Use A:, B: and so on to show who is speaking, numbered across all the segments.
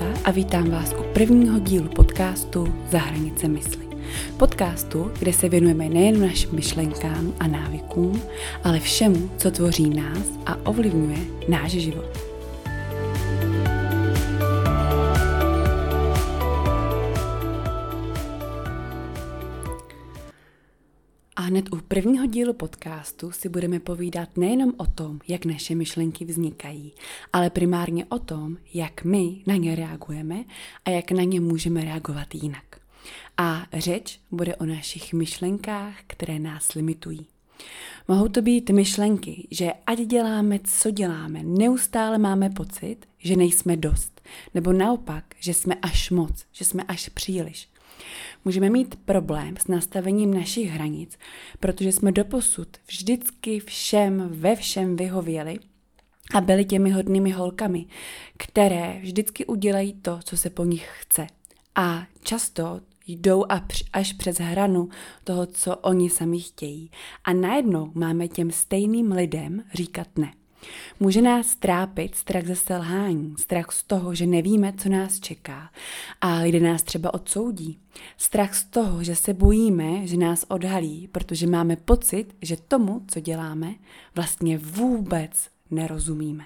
A: Markéta a vítám vás u prvního dílu podcastu Za hranice mysli. Podcastu, kde se věnujeme nejen našim myšlenkám a návykům, ale všemu, co tvoří nás a ovlivňuje náš život. A hned u prvního dílu podcastu si budeme povídat nejenom o tom, jak naše myšlenky vznikají, ale primárně o tom, jak my na ně reagujeme a jak na ně můžeme reagovat jinak. A řeč bude o našich myšlenkách, které nás limitují. Mohou to být myšlenky, že ať děláme, co děláme, neustále máme pocit, že nejsme dost, nebo naopak, že jsme až moc, že jsme až příliš. Můžeme mít problém s nastavením našich hranic, protože jsme doposud vždycky všem ve všem vyhověli a byli těmi hodnými holkami, které vždycky udělají to, co se po nich chce. A často jdou až přes hranu toho, co oni sami chtějí. A najednou máme těm stejným lidem říkat ne. Může nás trápit strach ze selhání, strach z toho, že nevíme, co nás čeká a lidé nás třeba odsoudí. Strach z toho, že se bojíme, že nás odhalí, protože máme pocit, že tomu, co děláme, vlastně vůbec nerozumíme.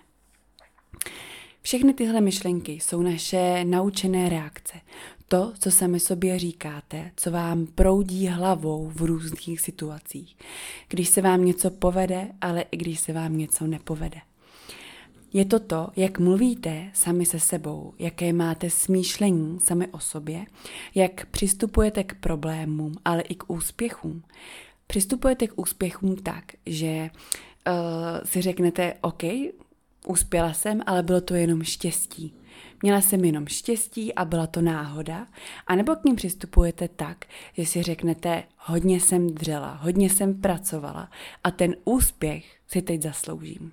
A: Všechny tyhle myšlenky jsou naše naučené reakce. To, co sami sobě říkáte, co vám proudí hlavou v různých situacích. Když se vám něco povede, ale i když se vám něco nepovede. Je to, jak mluvíte sami se sebou, jaké máte smýšlení sami o sobě, jak přistupujete k problémům, ale i k úspěchům. Přistupujete k úspěchům tak, že si řeknete, OK, uspěla jsem, ale bylo to jenom štěstí. Měla jsem jenom štěstí a byla to náhoda, anebo k ním přistupujete tak, že si řeknete, hodně jsem dřela, hodně jsem pracovala a ten úspěch si teď zasloužím.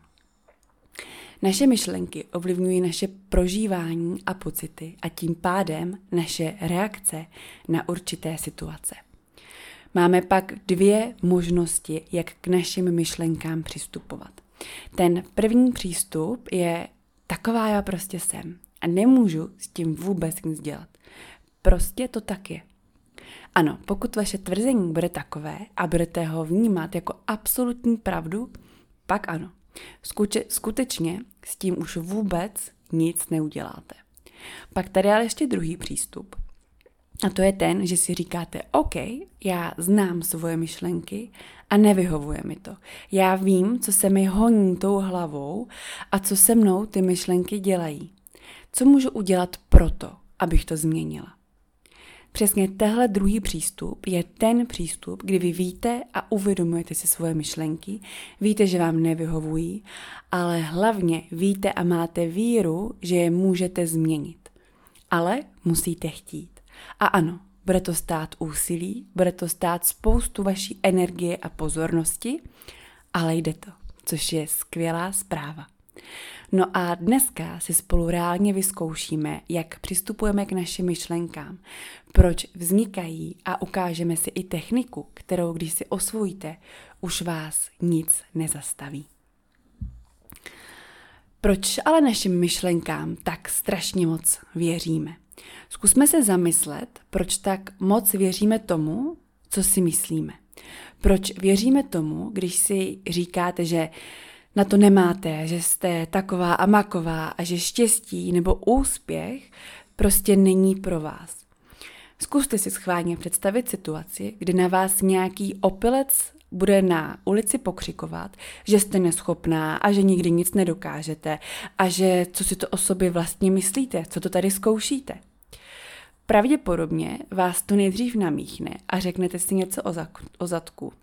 A: Naše myšlenky ovlivňují naše prožívání a pocity a tím pádem naše reakce na určité situace. Máme pak dvě možnosti, jak k našim myšlenkám přistupovat. Ten první přístup je taková já prostě jsem a nemůžu s tím vůbec nic dělat. Prostě to tak je. Ano, pokud vaše tvrzení bude takové a budete ho vnímat jako absolutní pravdu, pak ano. Skutečně s tím už vůbec nic neuděláte. Pak tady ale ještě druhý přístup. A to je ten, že si říkáte, OK, já znám svoje myšlenky a nevyhovuje mi to. Já vím, co se mi honí tou hlavou a co se mnou ty myšlenky dělají. Co můžu udělat proto, abych to změnila? Přesně tehle druhý přístup je ten přístup, kdy vy víte a uvědomujete si svoje myšlenky, víte, že vám nevyhovují, ale hlavně víte a máte víru, že je můžete změnit. Ale musíte chtít. A ano, bude to stát úsilí, bude to stát spoustu vaší energie a pozornosti, ale jde to, což je skvělá zpráva. No a dneska si spolu reálně vyzkoušíme, jak přistupujeme k našim myšlenkám, proč vznikají a ukážeme si i techniku, kterou když si osvojíte, už vás nic nezastaví. Proč ale našim myšlenkám tak strašně moc věříme? Zkusme se zamyslet, proč tak moc věříme tomu, co si myslíme. Proč věříme tomu, když si říkáte, že na to nemáte, že jste taková a maková a že štěstí nebo úspěch prostě není pro vás. Zkuste si schválně představit situaci, kdy na vás nějaký opilec bude na ulici pokřikovat, že jste neschopná a že nikdy nic nedokážete a že co si to o sobě vlastně myslíte, co to tady zkoušíte. Pravděpodobně vás to nejdřív namíchne a řeknete si něco o zadku.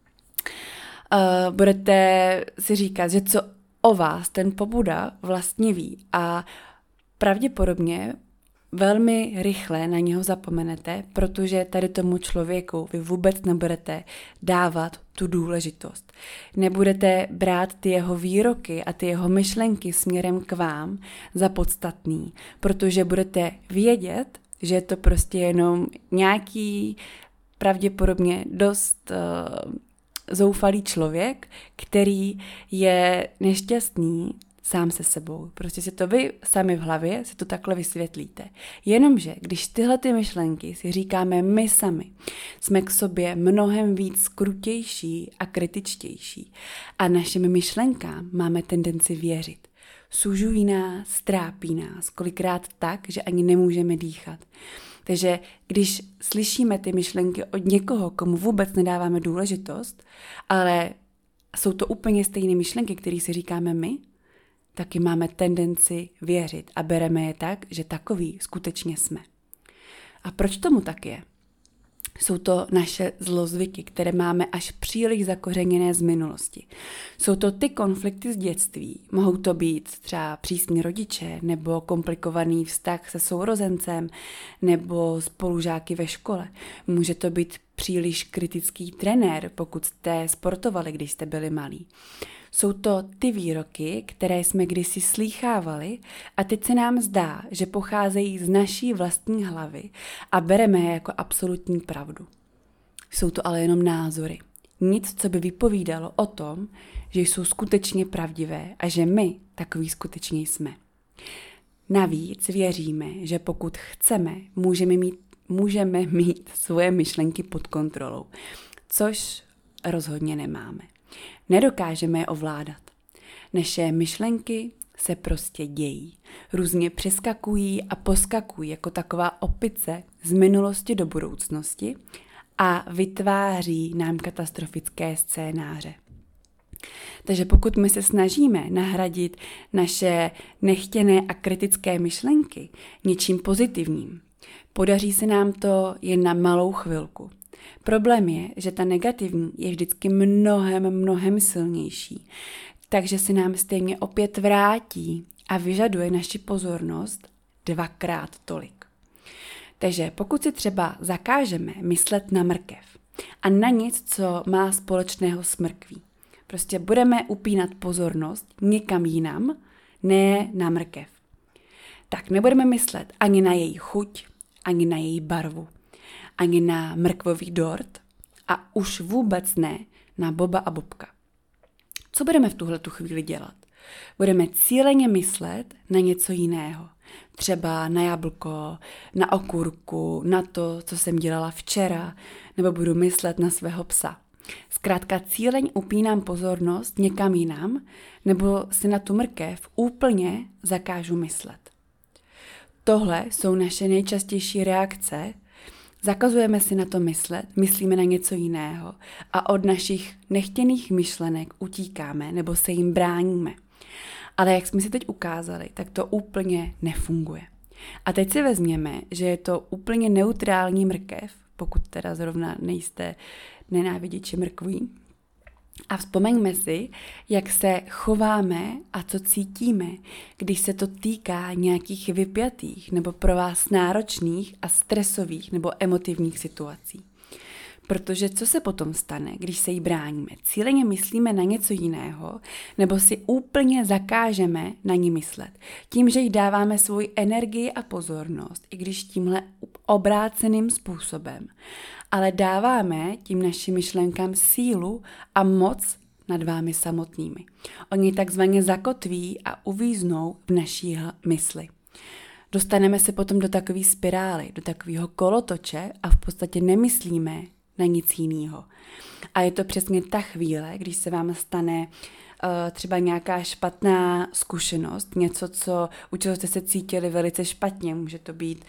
A: Budete si říkat, že co o vás ten pobuda vlastně ví a pravděpodobně velmi rychle na něho zapomenete, protože tady tomu člověku vy vůbec nebudete dávat tu důležitost. Nebudete brát ty jeho výroky a ty jeho myšlenky směrem k vám za podstatný, protože budete vědět, že je to prostě jenom nějaký pravděpodobně dost zoufalý člověk, který je nešťastný sám se sebou. Prostě si to vy sami v hlavě si to takhle vysvětlíte. Jenomže, když tyhle ty myšlenky si říkáme my sami, jsme k sobě mnohem víc skrutější a kritičtější a našim myšlenkám máme tendenci věřit. Sužují nás, trápí nás, kolikrát tak, že ani nemůžeme dýchat. Takže když slyšíme ty myšlenky od někoho, komu vůbec nedáváme důležitost, ale jsou to úplně stejné myšlenky, které si říkáme my, taky máme tendenci věřit a bereme je tak, že takový skutečně jsme. A proč tomu tak je? Jsou to naše zlozvyky, které máme až příliš zakořeněné z minulosti. Jsou to ty konflikty z dětství. Mohou to být třeba přísní rodiče, nebo komplikovaný vztah se sourozencem, nebo spolužáky ve škole. Může to být příliš kritický trenér, pokud jste sportovali, když jste byli malí. Jsou to ty výroky, které jsme kdysi slýchávali a teď se nám zdá, že pocházejí z naší vlastní hlavy a bereme je jako absolutní pravdu. Jsou to ale jenom názory. Nic, co by vypovídalo o tom, že jsou skutečně pravdivé a že my takový skutečně jsme. Navíc věříme, že pokud chceme, můžeme mít svoje myšlenky pod kontrolou, což rozhodně nemáme. Nedokážeme je ovládat. Naše myšlenky se prostě dějí. Různě přeskakují a poskakují jako taková opice z minulosti do budoucnosti a vytváří nám katastrofické scénáře. Takže pokud my se snažíme nahradit naše nechtěné a kritické myšlenky něčím pozitivním, podaří se nám to jen na malou chvilku. Problém je, že ta negativní je vždycky mnohem silnější, takže se nám stejně opět vrátí a vyžaduje naši pozornost 2x tolik. Takže pokud si třeba zakážeme myslet na mrkev a na nic, co má společného s mrkví, prostě budeme upínat pozornost někam jinam, ne na mrkev, tak nebudeme myslet ani na její chuť, ani na její barvu, ani na mrkvový dort a už vůbec ne na Boba a Bobka. Co budeme v tuhletu chvíli dělat? Budeme cíleně myslet na něco jiného. Třeba na jablko, na okurku, na to, co jsem dělala včera, nebo budu myslet na svého psa. Zkrátka cíleň upínám pozornost někam jinam, nebo si na tu mrkev úplně zakážu myslet. Tohle jsou naše nejčastější reakce. Zakazujeme si na to myslet, myslíme na něco jiného a od našich nechtěných myšlenek utíkáme nebo se jim bráníme. Ale jak jsme si teď ukázali, tak to úplně nefunguje. A teď si vezměme, že je to úplně neutrální mrkev, pokud teda zrovna nejste nenáviděči mrkví. A vzpomeňme si, jak se chováme a co cítíme, když se to týká nějakých vypjatých nebo pro vás náročných a stresových nebo emotivních situací. Protože co se potom stane, když se jí bráníme? Cíleně myslíme na něco jiného, nebo si úplně zakážeme na ní myslet. Tím, že jí dáváme svoji energii a pozornost, i když tímhle obráceným způsobem. Ale dáváme tím našim myšlenkám sílu a moc nad vámi samotnými. Oni takzvaně zakotví a uvíznou v naší mysli. Dostaneme se potom do takové spirály, do takového kolotoče a v podstatě nemyslíme na nic jiného. A je to přesně ta chvíle, když se vám stane třeba nějaká špatná zkušenost, něco, u čeho jste se cítili velice špatně, může to být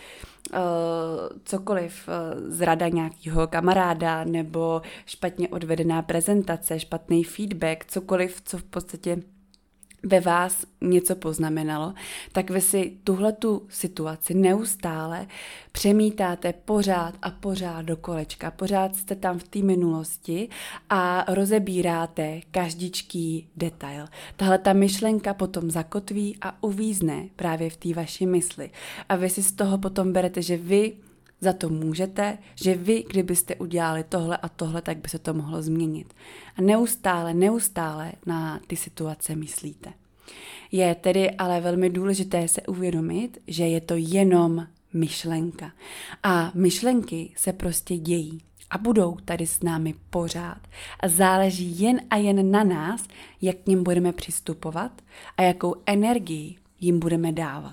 A: cokoliv, zrada nějakého kamaráda nebo špatně odvedená prezentace, špatný feedback, cokoliv, co v podstatě ve vás něco poznamenalo, tak vy si tuhletu situaci neustále přemítáte pořád a pořád do kolečka. Pořád jste tam v té minulosti a rozebíráte každičký detail. Tahle ta myšlenka potom zakotví a uvízne právě v té vaší mysli. A vy si z toho potom berete, že vy za to můžete, že vy, kdybyste udělali tohle a tohle, tak by se to mohlo změnit. A neustále na ty situace myslíte. Je tedy ale velmi důležité se uvědomit, že je to jenom myšlenka. A myšlenky se prostě dějí. a budou tady s námi pořád a záleží jen a jen na nás, jak k nim budeme přistupovat a jakou energii jim budeme dávat.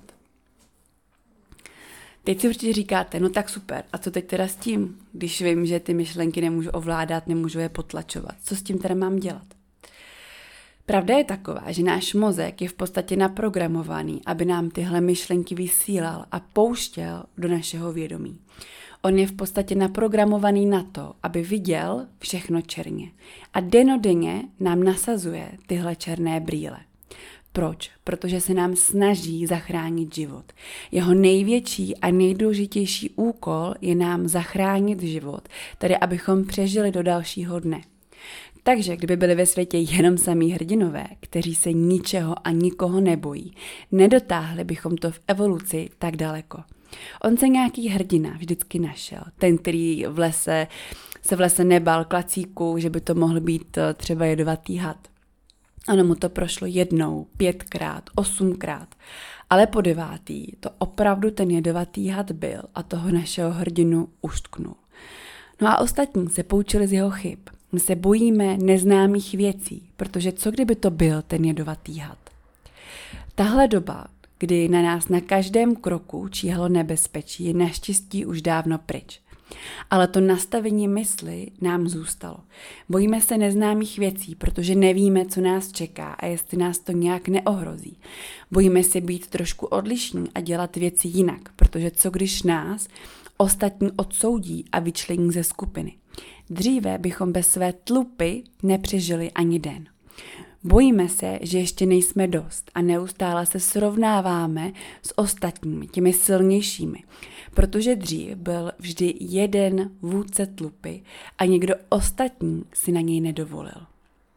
A: Teď si určitě říkáte, no tak super, a co teď teda s tím, když vím, že ty myšlenky nemůžu ovládat, nemůžu je potlačovat, co s tím teda mám dělat? Pravda je taková, že náš mozek je v podstatě naprogramovaný, aby nám tyhle myšlenky vysílal a pouštěl do našeho vědomí. On je v podstatě naprogramovaný na to, aby viděl všechno černě. A dennodenně nám nasazuje tyhle černé brýle. Proč? Protože se nám snaží zachránit život. Jeho největší a nejdůležitější úkol je nám zachránit život, tedy abychom přežili do dalšího dne. Takže kdyby byli ve světě jenom samí hrdinové, kteří se ničeho a nikoho nebojí, nedotáhli bychom to v evoluci tak daleko. On se nějaký hrdina vždycky našel, ten, který se v lese nebál klacíku, že by to mohl být třeba jedovatý had. Ono mu to prošlo 1, 5krát, 8krát, ale po 9. to opravdu ten jedovatý had byl a toho našeho hrdinu uštknul. No a ostatní se poučili z jeho chyb. My se bojíme neznámých věcí, protože co kdyby to byl ten jedovatý had? Tahle doba, kdy na nás na každém kroku číhalo nebezpečí, je naštěstí už dávno pryč. Ale to nastavení mysli nám zůstalo. Bojíme se neznámých věcí, protože nevíme, co nás čeká a jestli nás to nějak neohrozí. Bojíme se být trošku odlišní a dělat věci jinak, protože co když nás ostatní odsoudí a vyčlení ze skupiny. Dříve bychom bez své tlupy nepřežili ani den. Bojíme se, že ještě nejsme dost a neustále se srovnáváme s ostatními, těmi silnějšími, protože dřív byl vždy jeden vůdce tlupy a někdo ostatní si na něj nedovolil.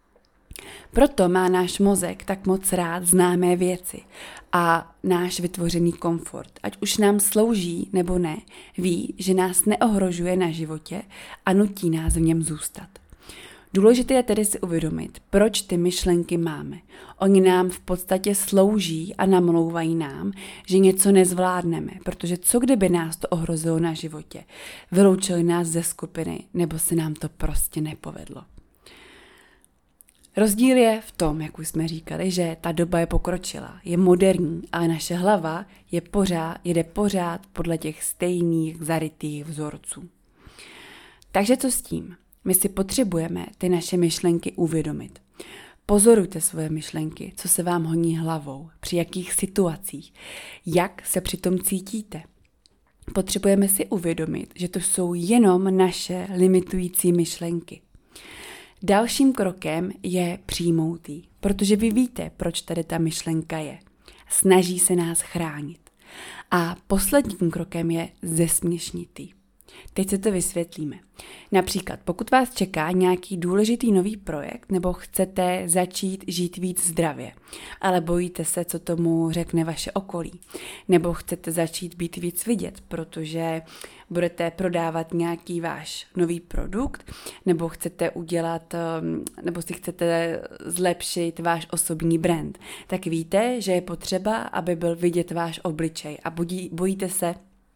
A: Proto má náš mozek tak moc rád známé věci a náš vytvořený komfort, ať už nám slouží nebo ne, ví, že nás neohrožuje na životě a nutí nás v něm zůstat. Důležité je tedy si uvědomit, proč ty myšlenky máme. Oni nám v podstatě slouží a namlouvají nám, že něco nezvládneme, protože co kdyby nás to ohrozilo na životě? Vyloučili nás ze skupiny, nebo se nám to prostě nepovedlo. Rozdíl je v tom, jak už jsme říkali, že ta doba je pokročilá, je moderní, ale naše hlava jede pořád podle těch stejných zarytých vzorců. Takže co s tím? My si potřebujeme ty naše myšlenky uvědomit. Pozorujte svoje myšlenky, co se vám honí hlavou, při jakých situacích, jak se přitom cítíte. Potřebujeme si uvědomit, že to jsou jenom naše limitující myšlenky. Dalším krokem je přijmout ji, protože vy víte, proč tady ta myšlenka je. Snaží se nás chránit. A posledním krokem je zesměšnit ji. Teď se to vysvětlíme. Například, pokud vás čeká nějaký důležitý nový projekt nebo chcete začít žít víc zdravě, ale bojíte se, co tomu řekne vaše okolí, nebo chcete začít být víc vidět, protože budete prodávat nějaký váš nový produkt, nebo chcete nebo si chcete zlepšit váš osobní brand, tak víte, že je potřeba, aby byl vidět váš obličej a bojíte se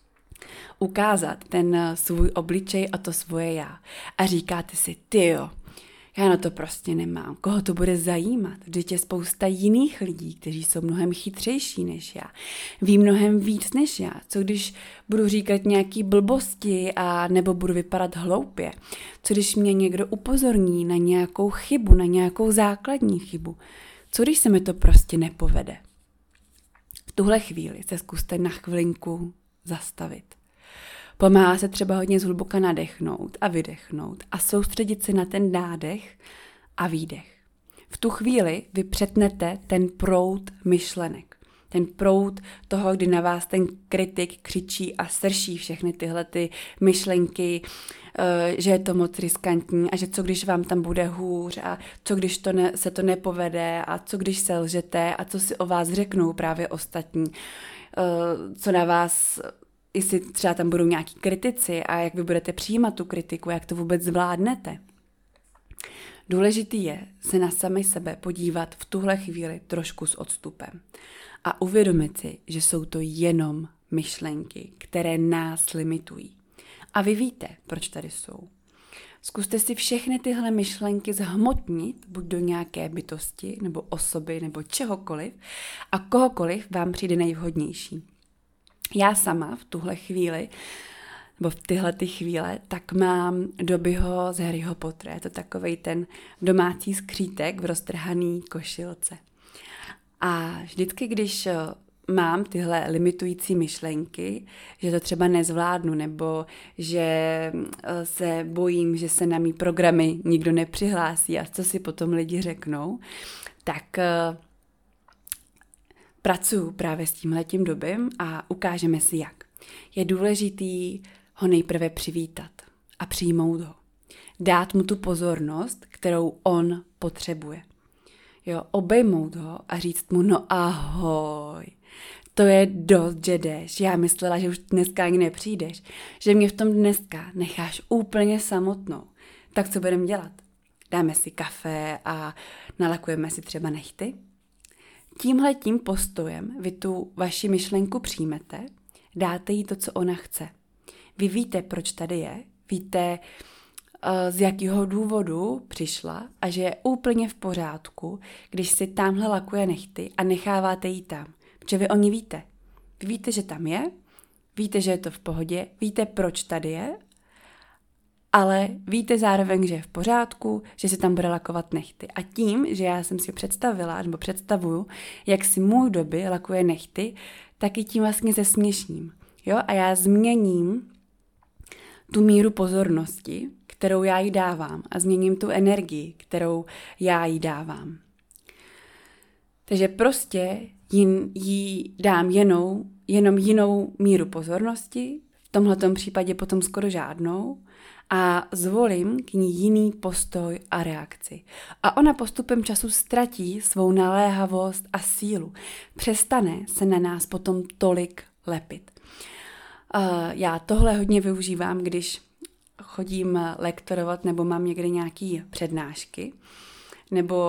A: ukázat ten svůj obličej a to svoje já. A říkáte si, tyjo, já na to prostě nemám. Koho to bude zajímat? Vždyť je spousta jiných lidí, kteří jsou mnohem chytřejší než já. Ví mnohem víc než já. Co když budu říkat nějaký blbosti a nebo budu vypadat hloupě? Co když mě někdo upozorní na nějakou chybu, na nějakou základní chybu? Co když se mi to prostě nepovede? V tuhle chvíli se zkuste na chvilinku zastavit. Pomáhá se třeba hodně zhluboka nadechnout a vydechnout a soustředit se na ten nádech a výdech. V tu chvíli vy přetnete ten proud myšlenek. Ten proud toho, kdy na vás ten kritik křičí a srší všechny tyhle ty myšlenky, že je to moc riskantní a že co když vám tam bude hůř a co když se to nepovede a co když selžete a co si o vás řeknou právě ostatní, co na vás, jestli třeba tam budou nějaký kritici a jak vy budete přijímat tu kritiku, jak to vůbec zvládnete. Důležitý je se na sami sebe podívat v tuhle chvíli trošku s odstupem a uvědomit si, že jsou to jenom myšlenky, které nás limitují. A vy víte, proč tady jsou. Zkuste si všechny tyhle myšlenky zhmotnit, buď do nějaké bytosti, nebo osoby, nebo čehokoliv a kohokoliv vám přijde nejvhodnější. Já sama v tuhle chvíli, nebo v tyhle ty chvíle, tak mám Dobbyho z Harryho Pottera. Je to takovej ten domácí skřítek v roztrhaný košilce. A vždycky, když mám tyhle limitující myšlenky, že to třeba nezvládnu, nebo že se bojím, že se na mý programy nikdo nepřihlásí a co si potom lidi řeknou, tak pracuji právě s tímhletím Dobbym a ukážeme si jak. Je důležitý ho nejprve přivítat a přijmout ho. Dát mu tu pozornost, kterou on potřebuje. Jo, obejmout ho a říct mu, no ahoj, to je dost, že jdeš. Já myslela, že už dneska ani nepřijdeš, že mě v tom dneska necháš úplně samotnou. Tak co budeme dělat? Dáme si kafe a nalakujeme si třeba nehty? Tímhletím postojem vy tu vaši myšlenku přijmete, dáte jí to, co ona chce. Vy víte, proč tady je, víte, z jakého důvodu přišla a že je úplně v pořádku, když si tamhle lakuje nehty a necháváte jí tam. Protože vy o ní víte. Vy víte, že tam je, víte, že je to v pohodě, víte, proč tady je, ale víte zároveň, že je v pořádku, že si tam bude lakovat nehty. A tím, že já jsem si představila, nebo představuju, jak si můj Dobby lakuje nehty, tak i tím vlastně zesměšním. Jo? A já změním tu míru pozornosti, kterou já jí dávám a změním tu energii, kterou já jí dávám. Takže prostě jí dám jenom jinou míru pozornosti, v tomhletom případě potom skoro žádnou, a zvolím k ní jiný postoj a reakci. A ona postupem času ztratí svou naléhavost a sílu. Přestane se na nás potom tolik lepit. Já tohle hodně využívám, když chodím lektorovat nebo mám někde nějaké přednášky, nebo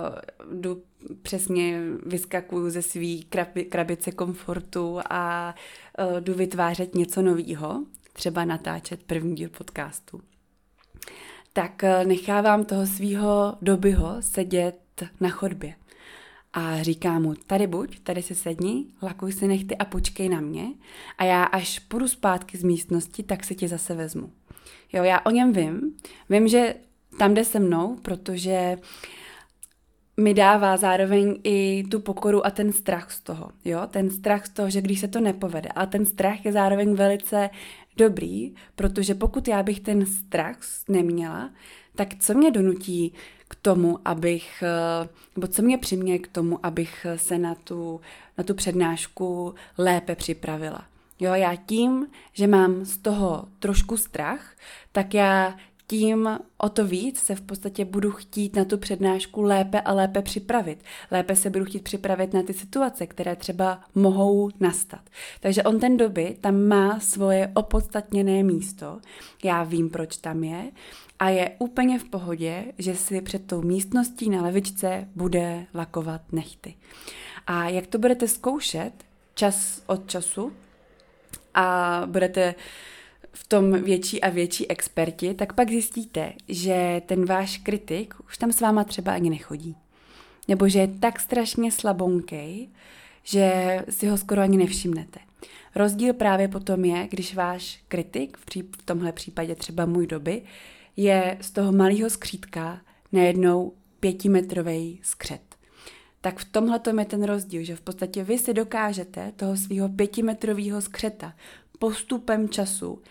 A: vyskakuju ze svý krabice komfortu a jdu vytvářet něco novýho, třeba natáčet první díl podcastu. Tak nechávám toho svýho Dobbyho sedět na chodbě. A říkám mu, tady buď, tady si sedni, lakuj si nehty a počkej na mě a já až půjdu zpátky z místnosti, tak si tě zase vezmu. Jo, já o něm vím, že tam jde se mnou, protože mi dává zároveň i tu pokoru a ten strach z toho. Jo? Ten strach z toho, že když se to nepovede. Ale ten strach je zároveň velice dobrý, protože pokud já bych ten strach neměla, tak co mě donutí k tomu, nebo co mě přiměje k tomu, abych se na tu přednášku lépe připravila. Jo, já tím, že mám z toho trošku strach, tak já tím o to víc se v podstatě budu chtít na tu přednášku lépe a lépe připravit. Lépe se budu chtít připravit na ty situace, které třeba mohou nastat. Takže on ten Dobby tam má svoje opodstatněné místo. Já vím, proč tam je a je úplně v pohodě, že si před tou místností na lavičce bude lakovat nehty. A jak to budete zkoušet čas od času a budete v tom větší a větší experti, tak pak zjistíte, že ten váš kritik už tam s váma třeba ani nechodí. Nebo že je tak strašně slabonkej, že si ho skoro ani nevšimnete. Rozdíl právě potom je, když váš kritik, v tomhle případě třeba můj Dobby, je z toho malého skřítka najednou 5metrový skřet. Tak v tomhletom je ten rozdíl, že v podstatě vy si dokážete toho svého 5metrového skřeta postupem času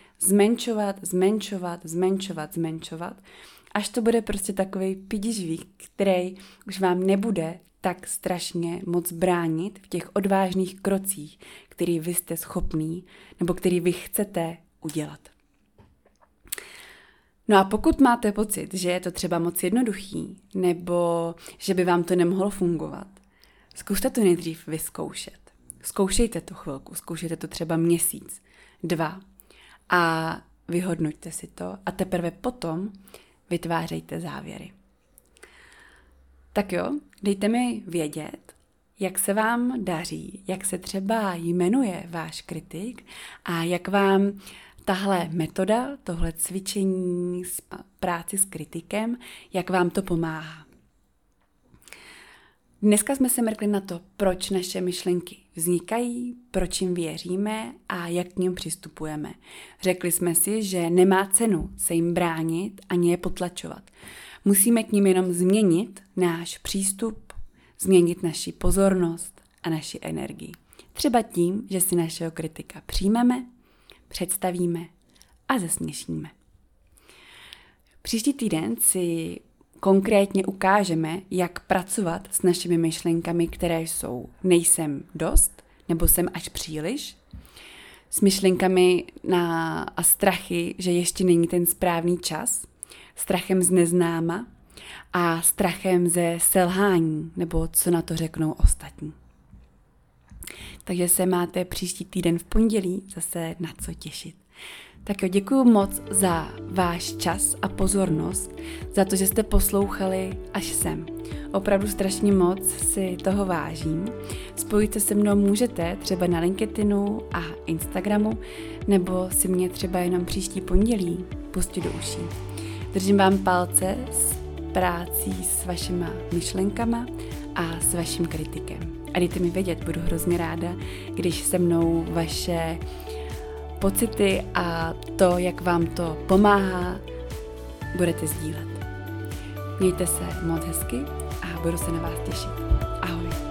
A: zmenšovat, až to bude prostě takový pidižvík, který už vám nebude tak strašně moc bránit v těch odvážných krocích, který vy jste schopný nebo který vy chcete udělat. No a pokud máte pocit, že je to třeba moc jednoduchý, nebo že by vám to nemohlo fungovat, zkuste to nejdřív vyzkoušet. Zkoušejte to chvilku, zkoušejte to třeba měsíc, 2 a vyhodnoťte si to a teprve potom vytvářejte závěry. Tak jo, dejte mi vědět, jak se vám daří, jak se třeba jmenuje váš kritik a jak vám tahle metoda, tohle cvičení, práci s kritikem, jak vám to pomáhá. Dneska jsme se mrkli na to, proč naše myšlenky vznikají, proč jim věříme a jak k nim přistupujeme. Řekli jsme si, že nemá cenu se jim bránit ani je potlačovat. Musíme k nim jenom změnit náš přístup, změnit naši pozornost a naši energii. Třeba tím, že si našeho kritika přijmeme, představíme a zesměšníme. Příští týden si konkrétně ukážeme, jak pracovat s našimi myšlenkami, které jsou nejsem dost nebo jsem až příliš, s myšlenkami a strachy, že ještě není ten správný čas, strachem z neznáma a strachem ze selhání, nebo co na to řeknou ostatní. Takže se máte příští týden v pondělí zase na co těšit. Tak jo, děkuju moc za váš čas a pozornost, za to, že jste poslouchali až sem. Opravdu strašně moc si toho vážím. Spojit se mnou můžete třeba na LinkedInu a Instagramu, nebo si mě třeba jenom příští pondělí pustit do uší. Držím vám palce s prací s vašima myšlenkama a s vaším kritikem. A dejte mi vědět, budu hrozně ráda, když se mnou vaše pocity a to, jak vám to pomáhá, budete sdílet. Mějte se moc hezky a budu se na vás těšit. Ahoj.